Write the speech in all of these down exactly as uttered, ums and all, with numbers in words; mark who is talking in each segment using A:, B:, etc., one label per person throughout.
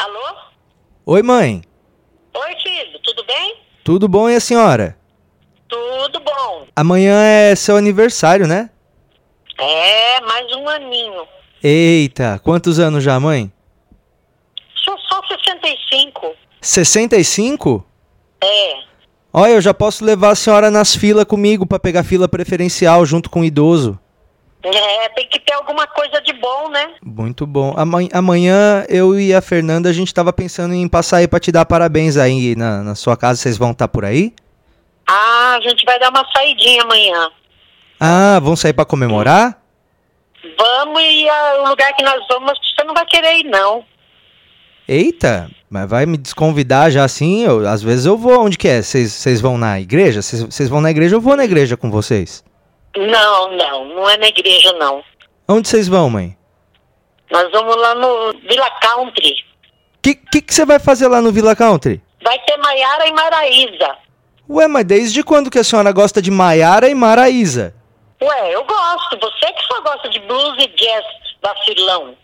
A: Alô?
B: Oi, mãe.
A: Oi, filho, tudo bem?
B: Tudo bom, e a senhora?
A: Tudo bom.
B: Amanhã é seu aniversário, né?
A: É, mais um aninho.
B: Eita, quantos anos já, mãe?
A: Sou só sessenta e cinco.
B: sessenta e cinco?
A: É.
B: Olha, eu já posso levar a senhora nas filas comigo pra pegar fila preferencial junto com o idoso.
A: É, tem que ter alguma coisa de bom, né?
B: Muito bom. Amanhã, amanhã eu e a Fernanda, a gente tava pensando em passar aí pra te dar parabéns aí na, na sua casa. Vocês vão estar por aí?
A: Ah, a gente vai dar uma saidinha amanhã.
B: Ah, vão sair pra comemorar?
A: Vamos e ah, o lugar que nós vamos, você não vai querer ir, não.
B: Eita, mas vai me desconvidar já assim? Eu, às vezes eu vou. Onde que é? Vocês vão na igreja? Vocês vão na igreja? Eu vou na igreja com vocês.
A: Não, não, não é na igreja, não.
B: Onde vocês vão, mãe?
A: Nós vamos lá no Villa Country.
B: O que que que você vai fazer lá no Villa Country?
A: Vai ter Maiara e Maraísa.
B: Ué, mas desde quando que a senhora gosta de Maiara e Maraísa?
A: Ué, eu gosto. Você que só gosta de blues e jazz, vacilão.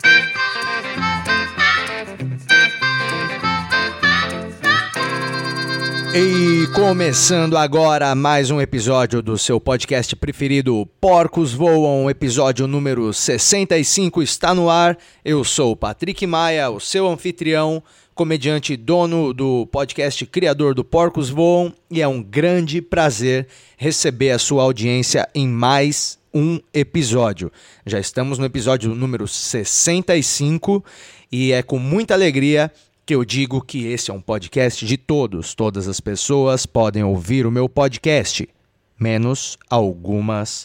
B: E começando agora mais um episódio do seu podcast preferido, Porcos Voam, episódio número sessenta e cinco está no ar. Eu sou o Patrick Maia, o seu anfitrião, comediante dono do podcast criador do Porcos Voam, e é um grande prazer receber a sua audiência em mais um episódio. Já estamos no episódio número sessenta e cinco e é com muita alegria que eu digo que esse é um podcast de todos. Todas as pessoas podem ouvir o meu podcast, menos algumas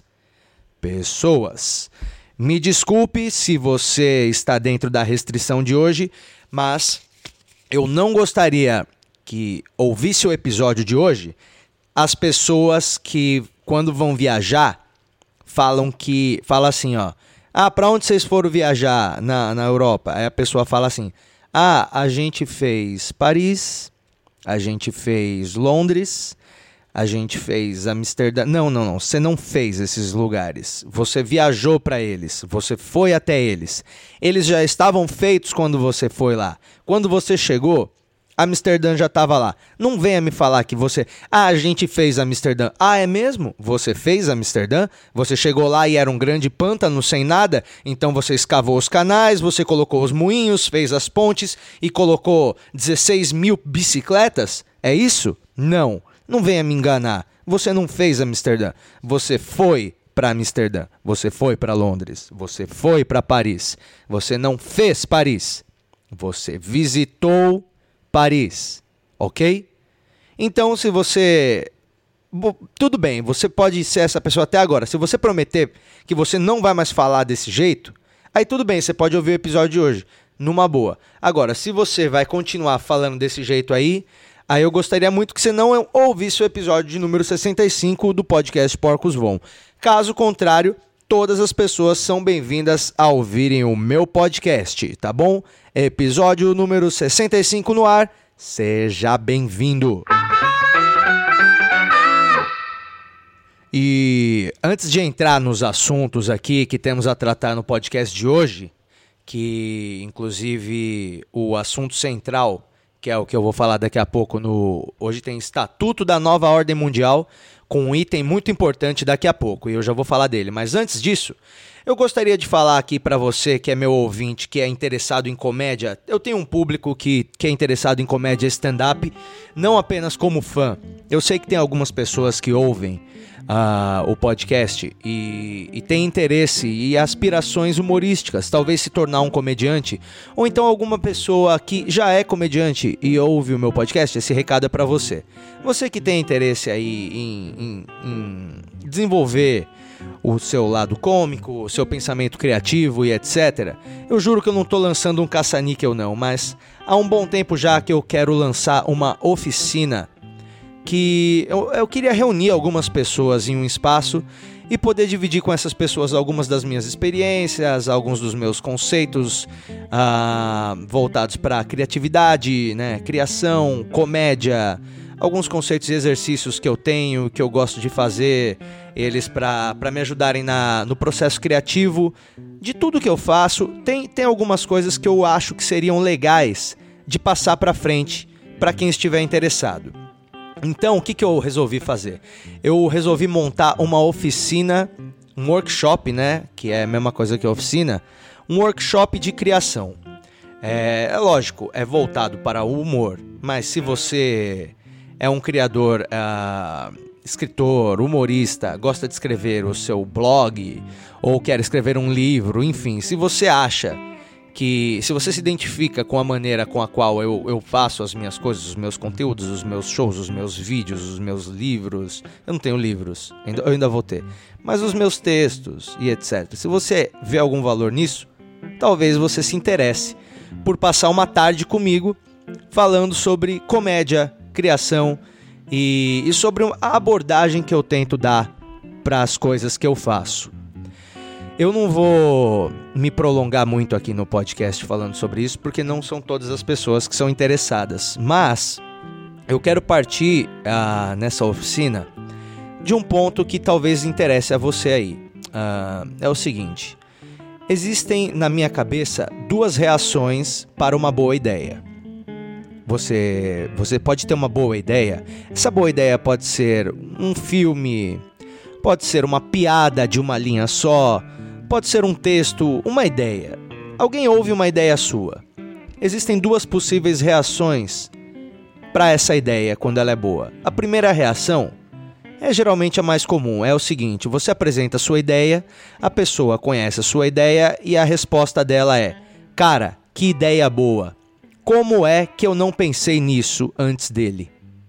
B: pessoas. Me desculpe se você está dentro da restrição de hoje, mas eu não gostaria que ouvisse o episódio de hoje as pessoas que, quando vão viajar, falam que fala assim, ó, ah, para onde vocês foram viajar na, na Europa? Aí a pessoa fala assim, ah, a gente fez Paris, a gente fez Londres, a gente fez Amsterdã. Não, não, não. Você não fez esses lugares. Você viajou para eles. Você foi até eles. Eles já estavam feitos quando você foi lá. Quando você chegou, Amsterdã já estava lá. Não venha me falar que você... Ah, a gente fez Amsterdã. Ah, é mesmo? Você fez Amsterdã? Você chegou lá e era um grande pântano sem nada? Então você escavou os canais, você colocou os moinhos, fez as pontes e colocou dezesseis mil bicicletas? É isso? Não. Não venha me enganar. Você não fez Amsterdã. Você foi para Amsterdã. Você foi para Londres. Você foi para Paris. Você não fez Paris. Você visitou Paris, ok? Então, se você... Tudo bem, você pode ser essa pessoa até agora. Se você prometer que você não vai mais falar desse jeito, aí tudo bem, você pode ouvir o episódio de hoje, numa boa. Agora, se você vai continuar falando desse jeito aí, aí eu gostaria muito que você não ouvisse o episódio de número sessenta e cinco do podcast Porcos Voam. Caso contrário, todas as pessoas são bem-vindas a ouvirem o meu podcast, tá bom? Episódio número sessenta e cinco no ar, seja bem-vindo! E antes de entrar nos assuntos aqui que temos a tratar no podcast de hoje, que inclusive o assunto central, que é o que eu vou falar daqui a pouco, no hoje tem Estatuto da Nova Ordem Mundial, com um item muito importante daqui a pouco, e eu já vou falar dele. Mas antes disso, eu gostaria de falar aqui para você que é meu ouvinte, que é interessado em comédia. Eu tenho um público que, que é interessado em comédia stand-up, não apenas como fã. Eu sei que tem algumas pessoas que ouvem uh, o podcast e, e têm interesse e aspirações humorísticas, talvez se tornar um comediante, ou então alguma pessoa que já é comediante e ouve o meu podcast. Esse recado é para você. Você que tem interesse aí em, em, em desenvolver o seu lado cômico, o seu pensamento criativo e etcétera. Eu juro que eu não estou lançando um caça-níquel não, mas há um bom tempo já que eu quero lançar uma oficina que eu, eu queria reunir algumas pessoas em um espaço e poder dividir com essas pessoas algumas das minhas experiências, alguns dos meus conceitos ah, voltados para criatividade, né, criação, comédia, alguns conceitos e exercícios que eu tenho, que eu gosto de fazer eles para me ajudarem na, no processo criativo de tudo que eu faço. Tem, tem algumas coisas que eu acho que seriam legais de passar para frente para quem estiver interessado. Então, o que, que eu resolvi fazer? Eu resolvi montar uma oficina, um workshop, né? Que é a mesma coisa que a oficina. Um workshop de criação. É, é lógico, é voltado para o humor. Mas se você é um criador, uh, escritor, humorista, gosta de escrever o seu blog, ou quer escrever um livro, enfim, se você acha que, se você se identifica com a maneira com a qual eu, eu faço as minhas coisas, os meus conteúdos, os meus shows, os meus vídeos, os meus livros, eu não tenho livros, eu ainda vou ter, mas os meus textos e etcétera. Se você vê algum valor nisso, talvez você se interesse por passar uma tarde comigo falando sobre comédia, criação e, e sobre a abordagem que eu tento dar para as coisas que eu faço. Eu não vou me prolongar muito aqui no podcast falando sobre isso, porque não são todas as pessoas que são interessadas. Mas eu quero partir uh, nessa oficina de um ponto que talvez interesse a você aí. Uh, é o seguinte: existem na minha cabeça duas reações para uma boa ideia. Você, você pode ter uma boa ideia. Essa boa ideia pode ser um filme, pode ser uma piada de uma linha só, pode ser um texto, uma ideia. Alguém ouve uma ideia sua. Existem duas possíveis reações para essa ideia quando ela é boa. A primeira reação é geralmente a mais comum. É o seguinte: você apresenta a sua ideia, a pessoa conhece a sua ideia e a resposta dela é: cara, que ideia boa. Como é que eu não pensei nisso antes dele?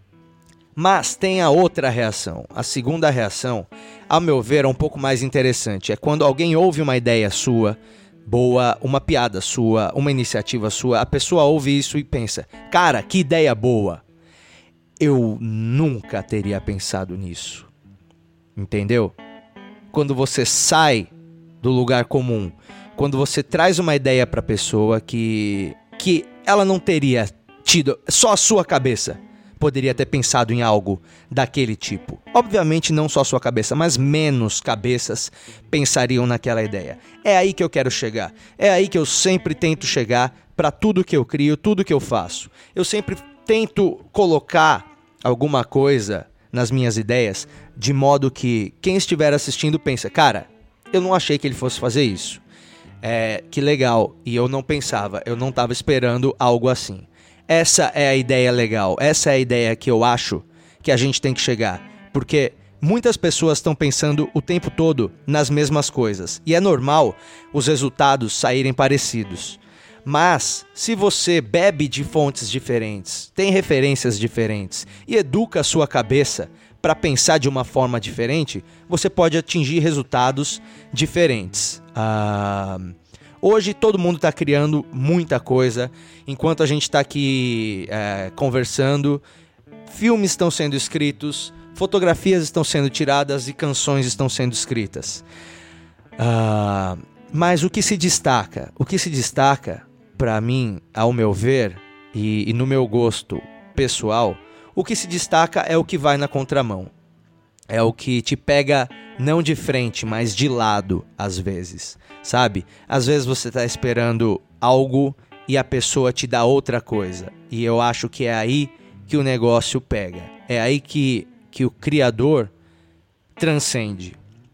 B: Mas tem a outra reação. A segunda reação, ao meu ver, é um pouco mais interessante. É quando alguém ouve uma ideia sua, boa, uma piada sua, uma iniciativa sua, a pessoa ouve isso e pensa: cara, que ideia boa. Eu nunca teria pensado nisso. Entendeu? Quando você sai do lugar comum, quando você traz uma ideia para a pessoa que, que ela não teria tido, só a sua cabeça poderia ter pensado em algo daquele tipo. Obviamente não só a sua cabeça, mas menos cabeças pensariam naquela ideia. É aí que eu quero chegar. É aí que eu sempre tento chegar para tudo que eu crio, tudo que eu faço. Eu sempre tento colocar alguma coisa nas minhas ideias de modo que quem estiver assistindo pensa: cara, eu não achei que ele fosse fazer isso. É, que legal. E eu não pensava, eu não estava esperando algo assim. Essa é a ideia legal, essa é a ideia que eu acho que a gente tem que chegar, porque muitas pessoas estão pensando o tempo todo nas mesmas coisas, e é normal os resultados saírem parecidos. Mas, se você bebe de fontes diferentes, tem referências diferentes e educa a sua cabeça para pensar de uma forma diferente, você pode atingir resultados diferentes. Ah... Hoje todo mundo está criando muita coisa, enquanto a gente está aqui é, conversando, filmes estão sendo escritos, fotografias estão sendo tiradas e canções estão sendo escritas. Uh, mas o que se destaca? O que se destaca, para mim, ao meu ver, e, e no meu gosto pessoal, o que se destaca é o que vai na contramão. É o que te pega não de frente, mas de lado, às vezes, sabe? Às vezes você está esperando algo e a pessoa te dá outra coisa. E eu acho que é aí que o negócio pega. É aí que, que o criador transcende.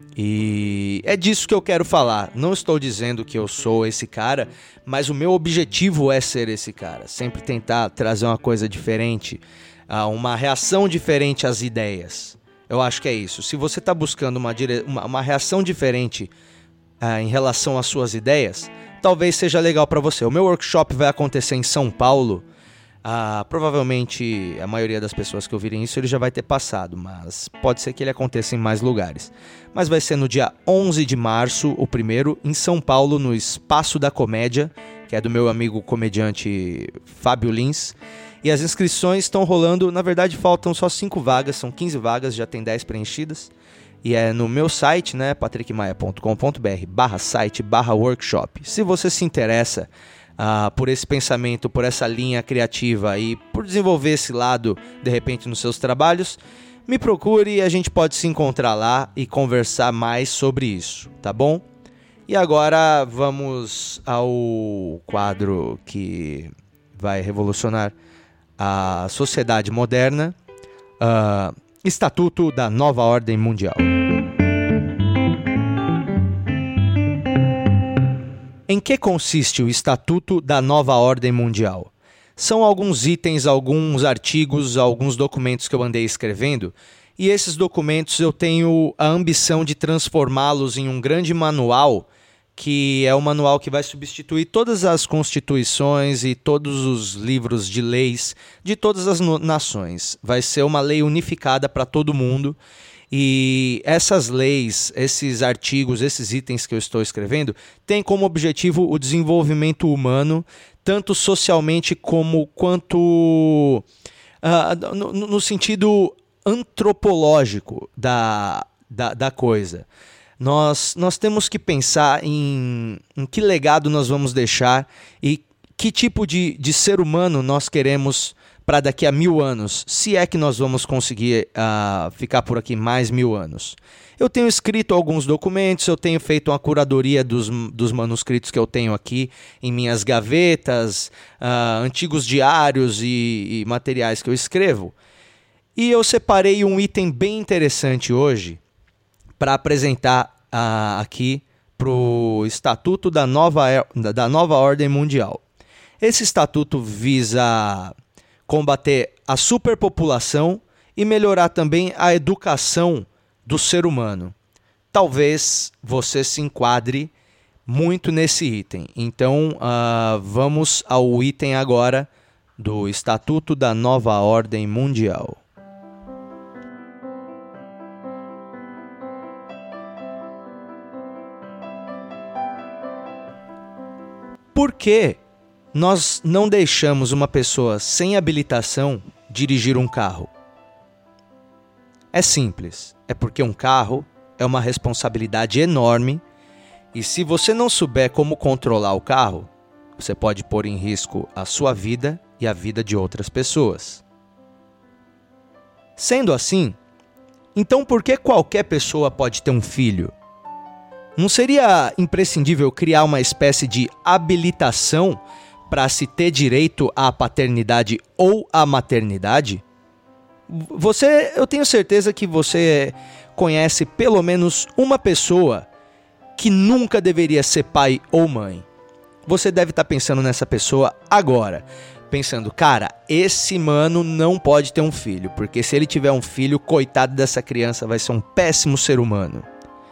B: E é disso que eu quero falar. Não estou dizendo que eu sou esse cara, mas o meu objetivo é ser esse cara. Sempre tentar trazer uma coisa diferente, uma reação diferente às ideias. Eu acho que é isso. Se você está buscando uma, dire... uma, uma reação diferente uh, em relação às suas ideias, talvez seja legal para você. O meu workshop vai acontecer em São Paulo. Uh, provavelmente a maioria das pessoas que ouvirem isso ele já vai ter passado, mas pode ser que ele aconteça em mais lugares. Mas vai ser no dia onze de março, o primeiro, em São Paulo, no Espaço da Comédia, que é do meu amigo comediante Fábio Lins. E as inscrições estão rolando, na verdade faltam só cinco vagas, são quinze vagas, já tem dez preenchidas. E é no meu site, né, patrick maia ponto com ponto b r barra site barra workshop. Se você se interessa uh, por esse pensamento, por essa linha criativa e por desenvolver esse lado, de repente, nos seus trabalhos, me procure e a gente pode se encontrar lá e conversar mais sobre isso, tá bom? E agora vamos ao quadro que vai revolucionar a sociedade moderna, uh, Estatuto da Nova Ordem Mundial. Em que consiste o Estatuto da Nova Ordem Mundial? São alguns itens, alguns artigos, alguns documentos que eu andei escrevendo, e esses documentos eu tenho a ambição de transformá-los em um grande manual, que é o manual que vai substituir todas as constituições e todos os livros de leis de todas as no- nações. Vai ser uma lei unificada para todo mundo. E essas leis, esses artigos, esses itens que eu estou escrevendo, têm como objetivo o desenvolvimento humano, tanto socialmente como quanto uh, no, no sentido antropológico da, da, da coisa. Nós, nós temos que pensar em, em que legado nós vamos deixar e que tipo de, de ser humano nós queremos para daqui a mil anos, se é que nós vamos conseguir uh, ficar por aqui mais mil anos. Eu tenho escrito alguns documentos, eu tenho feito uma curadoria dos, dos manuscritos que eu tenho aqui em minhas gavetas, uh, antigos diários e, e materiais que eu escrevo. E eu separei um item bem interessante hoje para apresentar uh, aqui para o Estatuto da Nova, da Nova Ordem Mundial. Esse estatuto visa combater a superpopulação e melhorar também a educação do ser humano. Talvez você se enquadre muito nesse item. Então, uh, vamos ao item agora do Estatuto da Nova Ordem Mundial. Por que nós não deixamos uma pessoa sem habilitação dirigir um carro? É simples, é porque um carro é uma responsabilidade enorme e se você não souber como controlar o carro, você pode pôr em risco a sua vida e a vida de outras pessoas. Sendo assim, então por que qualquer pessoa pode ter um filho? Não seria imprescindível criar uma espécie de habilitação para se ter direito à paternidade ou à maternidade? Você, eu tenho certeza que você conhece pelo menos uma pessoa que nunca deveria ser pai ou mãe. Você deve estar pensando nessa pessoa agora, pensando, cara, esse mano não pode ter um filho, porque se ele tiver um filho, coitado dessa criança, vai ser um péssimo ser humano.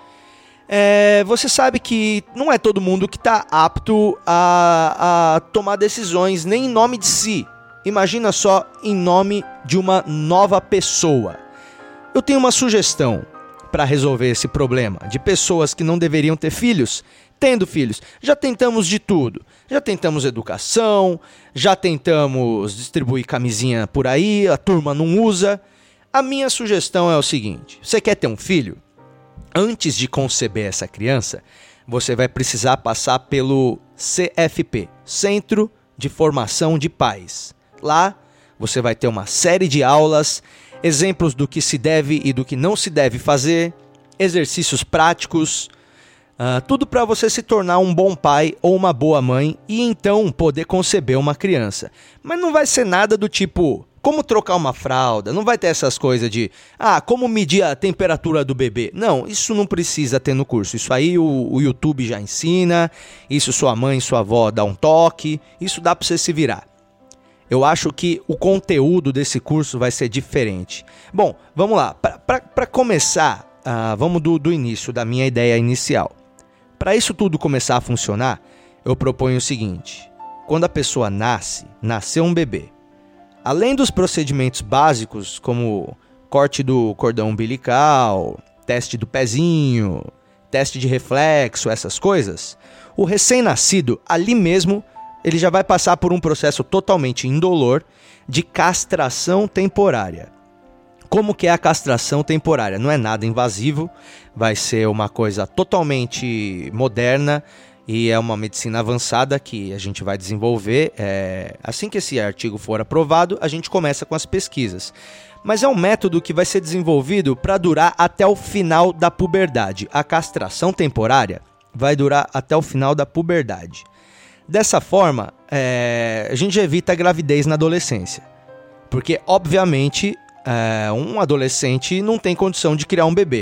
B: É, você sabe que não é todo mundo que está apto a, a tomar decisões nem em nome de si. Imagina só em nome de uma nova pessoa. Eu tenho uma sugestão para resolver esse problema de pessoas que não deveriam ter filhos, tendo filhos. Já tentamos de tudo. Já tentamos educação, já tentamos distribuir camisinha por aí, a turma não usa. A minha sugestão é o seguinte: você quer ter um filho? Antes de conceber essa criança, você vai precisar passar pelo C F P, Centro de Formação de Pais. Lá, você vai ter uma série de aulas, exemplos do que se deve e do que não se deve fazer, exercícios práticos, uh, tudo para você se tornar um bom pai ou uma boa mãe e então poder conceber uma criança. Mas não vai ser nada do tipo como trocar uma fralda, não vai ter essas coisas de, ah, como medir a temperatura do bebê. Não, isso não precisa ter no curso. Isso aí o, o YouTube já ensina, isso sua mãe, sua avó dá um toque, isso dá para você se virar. Eu acho que o conteúdo desse curso vai ser diferente. Bom, vamos lá. Para começar, uh, vamos do, do início, da minha ideia inicial. Para isso tudo começar a funcionar, eu proponho o seguinte: quando a pessoa nasce, nasceu um bebê. Além dos procedimentos básicos, como corte do cordão umbilical, teste do pezinho, teste de reflexo, essas coisas, o recém-nascido, ali mesmo, ele já vai passar por um processo totalmente indolor de castração temporária. Como que é a castração temporária? Não é nada invasivo, vai ser uma coisa totalmente moderna, e é uma medicina avançada que a gente vai desenvolver. É, assim que esse artigo for aprovado, a gente começa com as pesquisas. mas é um método que vai ser desenvolvido para durar até o final da puberdade. A castração temporária vai durar até o final da puberdade. Dessa forma, é, a gente evita a gravidez na adolescência, porque, obviamente, é, um adolescente não tem condição de criar um bebê.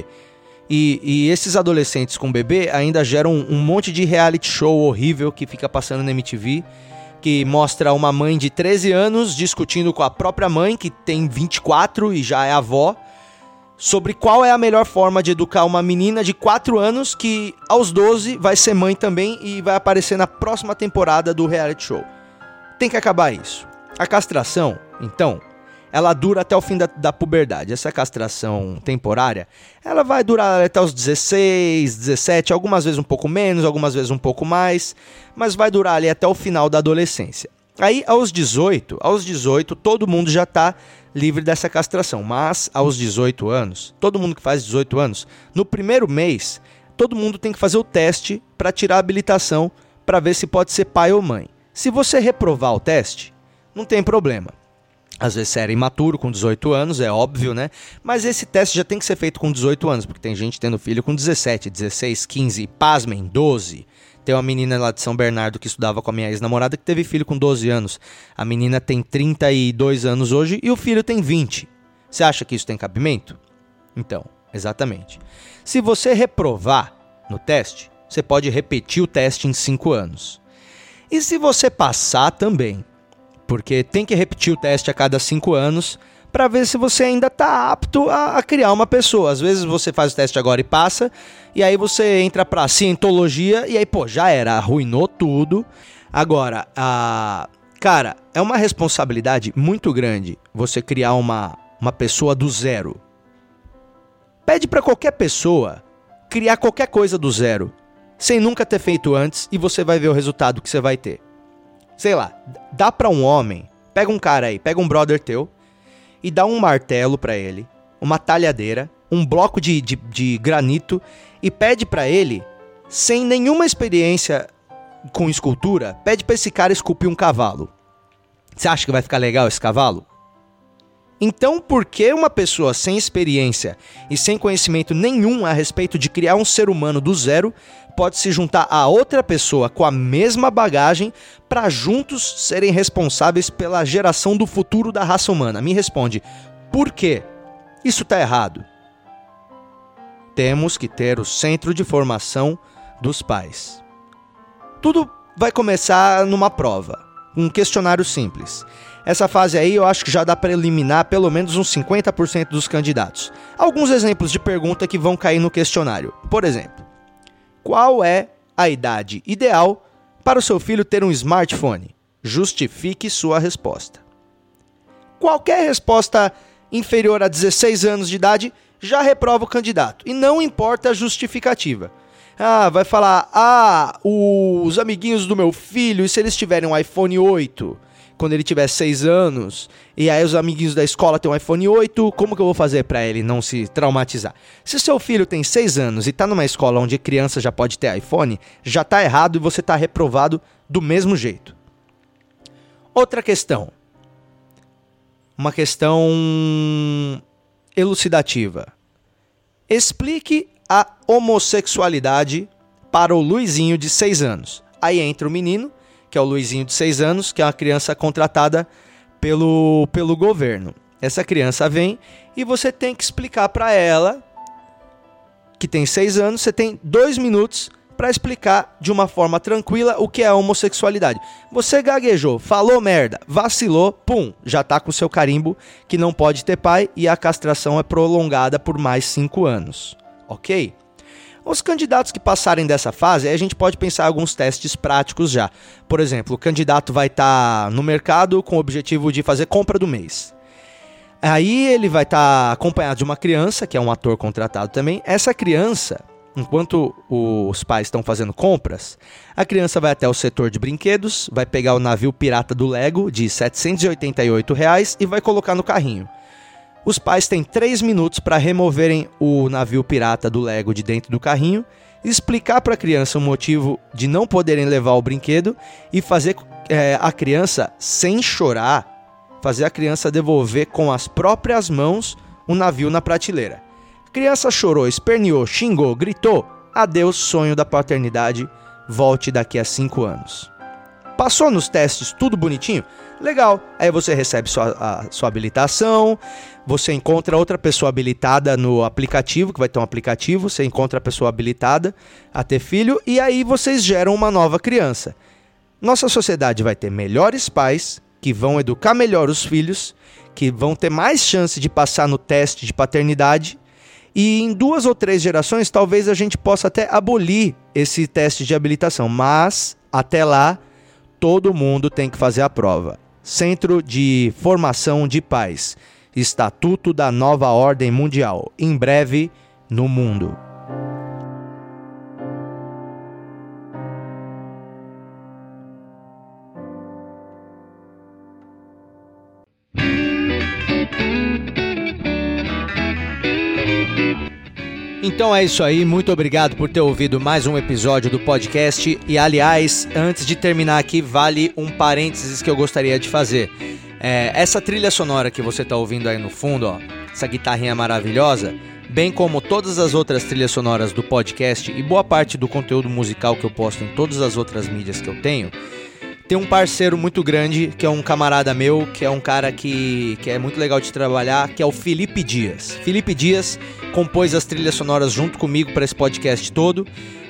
B: E, e esses adolescentes com bebê ainda geram um, um monte de reality show horrível que fica passando na M T V, que mostra uma mãe de treze anos discutindo com a própria mãe, que tem vinte e quatro e já é avó, sobre qual é a melhor forma de educar uma menina de quatro anos que aos doze vai ser mãe também e vai aparecer na próxima temporada do reality show. Tem que acabar isso. A castração, então, ela dura até o fim da, da puberdade. Essa castração temporária, ela vai durar até os dezesseis, dezessete, algumas vezes um pouco menos, algumas vezes um pouco mais, mas vai durar ali até o final da adolescência. Aí, aos dezoito, aos dezoito, todo mundo já está livre dessa castração, mas aos dezoito anos, todo mundo que faz dezoito anos, no primeiro mês, todo mundo tem que fazer o teste para tirar a habilitação para ver se pode ser pai ou mãe. Se você reprovar o teste, não tem problema. Às vezes você era imaturo com dezoito anos, é óbvio, né? Mas esse teste já tem que ser feito com dezoito anos, porque tem gente tendo filho com dezessete, dezesseis, quinze e, pasmem, doze. Tem uma menina lá de São Bernardo que estudava com a minha ex-namorada que teve filho com doze anos. A menina tem trinta e dois anos hoje e o filho tem vinte. Você acha que isso tem cabimento? Então, exatamente. Se você reprovar no teste, você pode repetir o teste em cinco anos. E se você passar também, porque tem que repetir o teste a cada cinco anos para ver se você ainda está apto a, a criar uma pessoa. Às vezes você faz o teste agora e passa, e aí você entra para cientologia e aí, pô, já era, arruinou tudo. Agora, a... cara, é uma responsabilidade muito grande você criar uma, uma pessoa do zero. Pede para qualquer pessoa criar qualquer coisa do zero, sem nunca ter feito antes, e você vai ver o resultado que você vai ter. Sei lá, dá pra um homem, pega um cara aí, pega um brother teu e dá um martelo pra ele, uma talhadeira, um bloco de, de, de granito e pede pra ele, sem nenhuma experiência com escultura, pede pra esse cara esculpir um cavalo. Você acha que vai ficar legal esse cavalo? Então, por que uma pessoa sem experiência e sem conhecimento nenhum a respeito de criar um ser humano do zero pode se juntar a outra pessoa com a mesma bagagem para juntos serem responsáveis pela geração do futuro da raça humana? Me responde, por quê? Isso está errado. Temos que ter o centro de formação dos pais. Tudo vai começar numa prova, um questionário simples. Essa fase aí eu acho que já dá para eliminar pelo menos uns cinquenta por cento dos candidatos. Alguns exemplos de pergunta que vão cair no questionário. Por exemplo, qual é a idade ideal para o seu filho ter um smartphone? Justifique sua resposta. Qualquer resposta inferior a dezesseis anos de idade já reprova o candidato. E não importa a justificativa. Ah, vai falar, ah, os amiguinhos do meu filho, e se eles tiverem um iPhone oito... quando ele tiver seis anos, e aí os amiguinhos da escola têm um iPhone oito, como que eu vou fazer para ele não se traumatizar? Se seu filho tem seis anos e está numa escola onde criança já pode ter iPhone, já está errado e você está reprovado do mesmo jeito. Outra questão. Uma questão elucidativa. Explique a homossexualidade para o Luizinho de seis anos. Aí entra o menino, que é o Luizinho de seis anos, que é uma criança contratada pelo, pelo governo. Essa criança vem e você tem que explicar para ela, que tem seis anos, você tem dois minutos para explicar de uma forma tranquila o que é a homossexualidade. Você gaguejou, falou merda, vacilou, pum, já tá com o seu carimbo que não pode ter pai e a castração é prolongada por mais cinco anos. Ok? Os candidatos que passarem dessa fase, aí a gente pode pensar em alguns testes práticos já. Por exemplo, o candidato vai estar no mercado com o objetivo de fazer compra do mês. Aí ele vai estar acompanhado de uma criança, que é um ator contratado também. Essa criança, enquanto os pais estão fazendo compras, a criança vai até o setor de brinquedos, vai pegar o navio pirata do Lego de setecentos e oitenta e oito reais e vai colocar no carrinho. Os pais têm três minutos para removerem o navio pirata do Lego de dentro do carrinho, explicar para a criança o motivo de não poderem levar o brinquedo e fazer é, a criança, sem chorar, fazer a criança devolver com as próprias mãos o navio na prateleira. A criança chorou, esperneou, xingou, gritou. Adeus, sonho da paternidade, volte daqui a cinco anos. Passou nos testes tudo bonitinho? Legal, aí você recebe sua, a, sua habilitação, você encontra outra pessoa habilitada no aplicativo, que vai ter um aplicativo, você encontra a pessoa habilitada a ter filho e aí vocês geram uma nova criança. Nossa sociedade vai ter melhores pais, que vão educar melhor os filhos, que vão ter mais chance de passar no teste de paternidade e em duas ou três gerações talvez a gente possa até abolir esse teste de habilitação, mas até lá todo mundo tem que fazer a prova. Centro de Formação de Pais. Estatuto da Nova Ordem Mundial. Em breve, no mundo. Então é isso aí, muito obrigado por ter ouvido mais um episódio do podcast. E aliás, antes de terminar aqui, vale um parênteses que eu gostaria de fazer. É, essa trilha sonora que você está ouvindo aí no fundo, ó, essa guitarrinha maravilhosa, bem como todas as outras trilhas sonoras do podcast e boa parte do conteúdo musical que eu posto em todas as outras mídias que eu tenho, tem um parceiro muito grande, que é um camarada meu, que é um cara que, que é muito legal de trabalhar, que é o Felipe Dias. Felipe Dias compôs as trilhas sonoras junto comigo para esse podcast todo,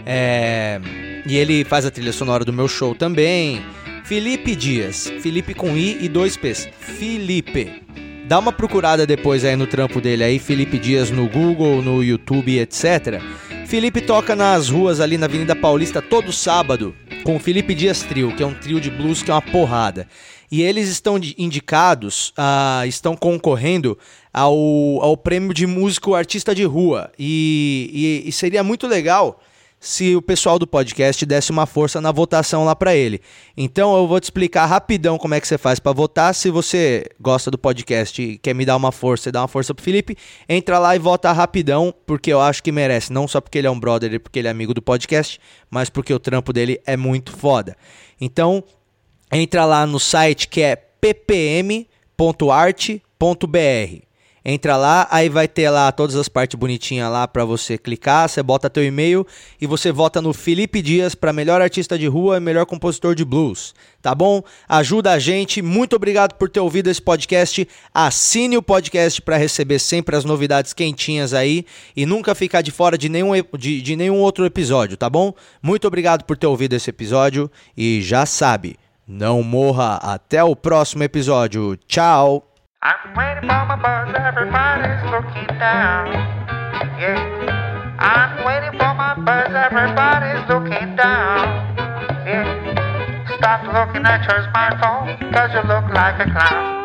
B: é, e ele faz a trilha sonora do meu show também. Felipe Dias, Felipe com I e dois P's, Felipe. Dá uma procurada depois aí no trampo dele aí, Felipe Dias no Google, no YouTube, etcétera. Felipe toca nas ruas ali na Avenida Paulista todo sábado com o Felipe Dias Trio, que é um trio de blues que é uma porrada. E eles estão indicados, uh, estão concorrendo ao, ao prêmio de músico artista de rua. E, e, e seria muito legal se o pessoal do podcast desse uma força na votação lá pra ele. Então eu vou te explicar rapidão como é que você faz pra votar. Se você gosta do podcast e quer me dar uma força e dar uma força pro Felipe, entra lá e vota rapidão, porque eu acho que merece. Não só porque ele é um brother e porque ele é amigo do podcast, mas porque o trampo dele é muito foda. Então entra lá no site que é p p m ponto art ponto b r. Entra lá, aí vai ter lá todas as partes bonitinhas lá pra você clicar, você bota teu e-mail e você vota no Felipe Dias pra melhor artista de rua e melhor compositor de blues, tá bom? Ajuda a gente, muito obrigado por ter ouvido esse podcast, assine o podcast pra receber sempre as novidades quentinhas aí e nunca ficar de fora de nenhum, de, de nenhum outro episódio, tá bom? Muito obrigado por ter ouvido esse episódio e já sabe, não morra, até o próximo episódio, tchau!
C: I'm waiting for my bus, everybody's looking down. Yeah. I'm waiting for my bus, everybody's looking down. Yeah. Stop looking at your smartphone, cause you look like a clown.